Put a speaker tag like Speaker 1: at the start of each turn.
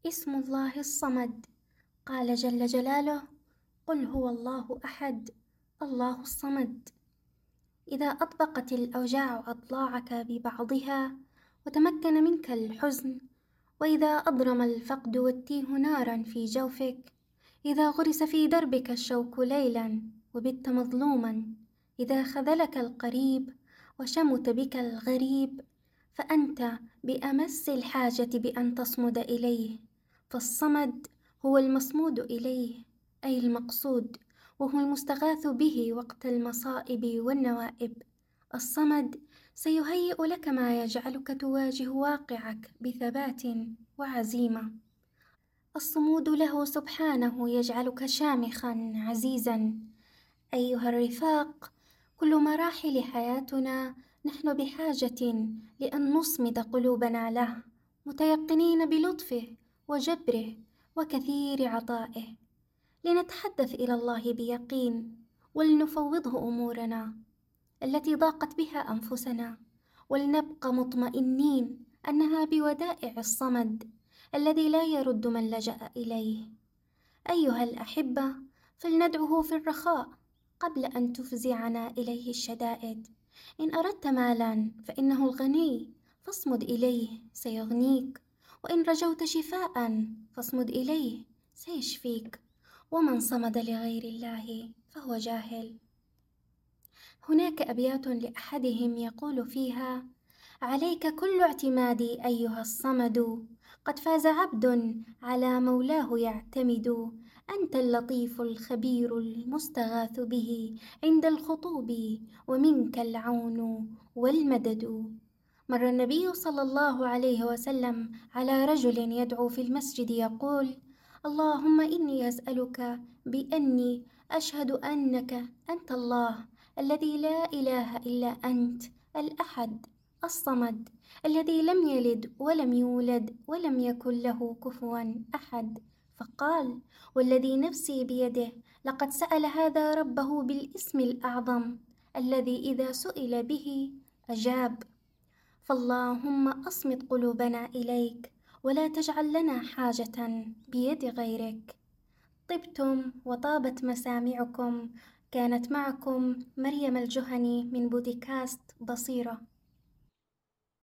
Speaker 1: اسم الله الصمد. قال جل جلاله: قل هو الله أحد الله الصمد. إذا أطبقت الأوجاع أضلاعك ببعضها وتمكن منك الحزن، وإذا أضرم الفقد والتيه نارا في جوفك، إذا غرس في دربك الشوك ليلا وبت مظلوما، إذا خذلك القريب وشمت بك الغريب، فأنت بأمس الحاجة بأن تصمد إليه، فالصمد هو المصمود إليه، أي المقصود، وهو المستغاث به وقت المصائب والنوائب. الصمد سيهيئ لك ما يجعلك تواجه واقعك بثبات وعزيمة. الصمود له سبحانه يجعلك شامخا عزيزا. أيها الرفاق، كل مراحل حياتنا نحن بحاجة لأن نصمد قلوبنا له، متيقنين بلطفه وجبره وكثير عطائه، لنتحدث إلى الله بيقين، ولنفوضه أمورنا التي ضاقت بها أنفسنا، ولنبقى مطمئنين أنها بودائع الصمد الذي لا يرد من لجأ إليه. أيها الأحبة، فلندعه في الرخاء قبل أن تفزعنا إليه الشدائد. إن أردت مالا فإنه الغني، فاصمد إليه سيغنيك، وإن رجوت شفاء فاصمد إليه سيشفيك، ومن صمد لغير الله فهو جاهل. هناك أبيات لأحدهم يقول فيها: عليك كل اعتمادي أيها الصمد، قد فاز عبد على مولاه يعتمد، أنت اللطيف الخبير المستغاث به عند الخطوب، ومنك العون والمدد. مر النبي صلى الله عليه وسلم على رجل يدعو في المسجد يقول: اللهم إني أسألك بأني أشهد أنك أنت الله الذي لا إله إلا أنت، الأحد الصمد، الذي لم يلد ولم يولد ولم يكن له كفوا أحد. فقال: والذي نفسي بيده، لقد سأل هذا ربه بالاسم الأعظم الذي إذا سئل به أجاب. فاللهم أصمت قلوبنا إليك، ولا تجعل لنا حاجة بيد غيرك. طبتم وطابت مسامعكم. كانت معكم مريم الجهني من بودكاست بصيرة.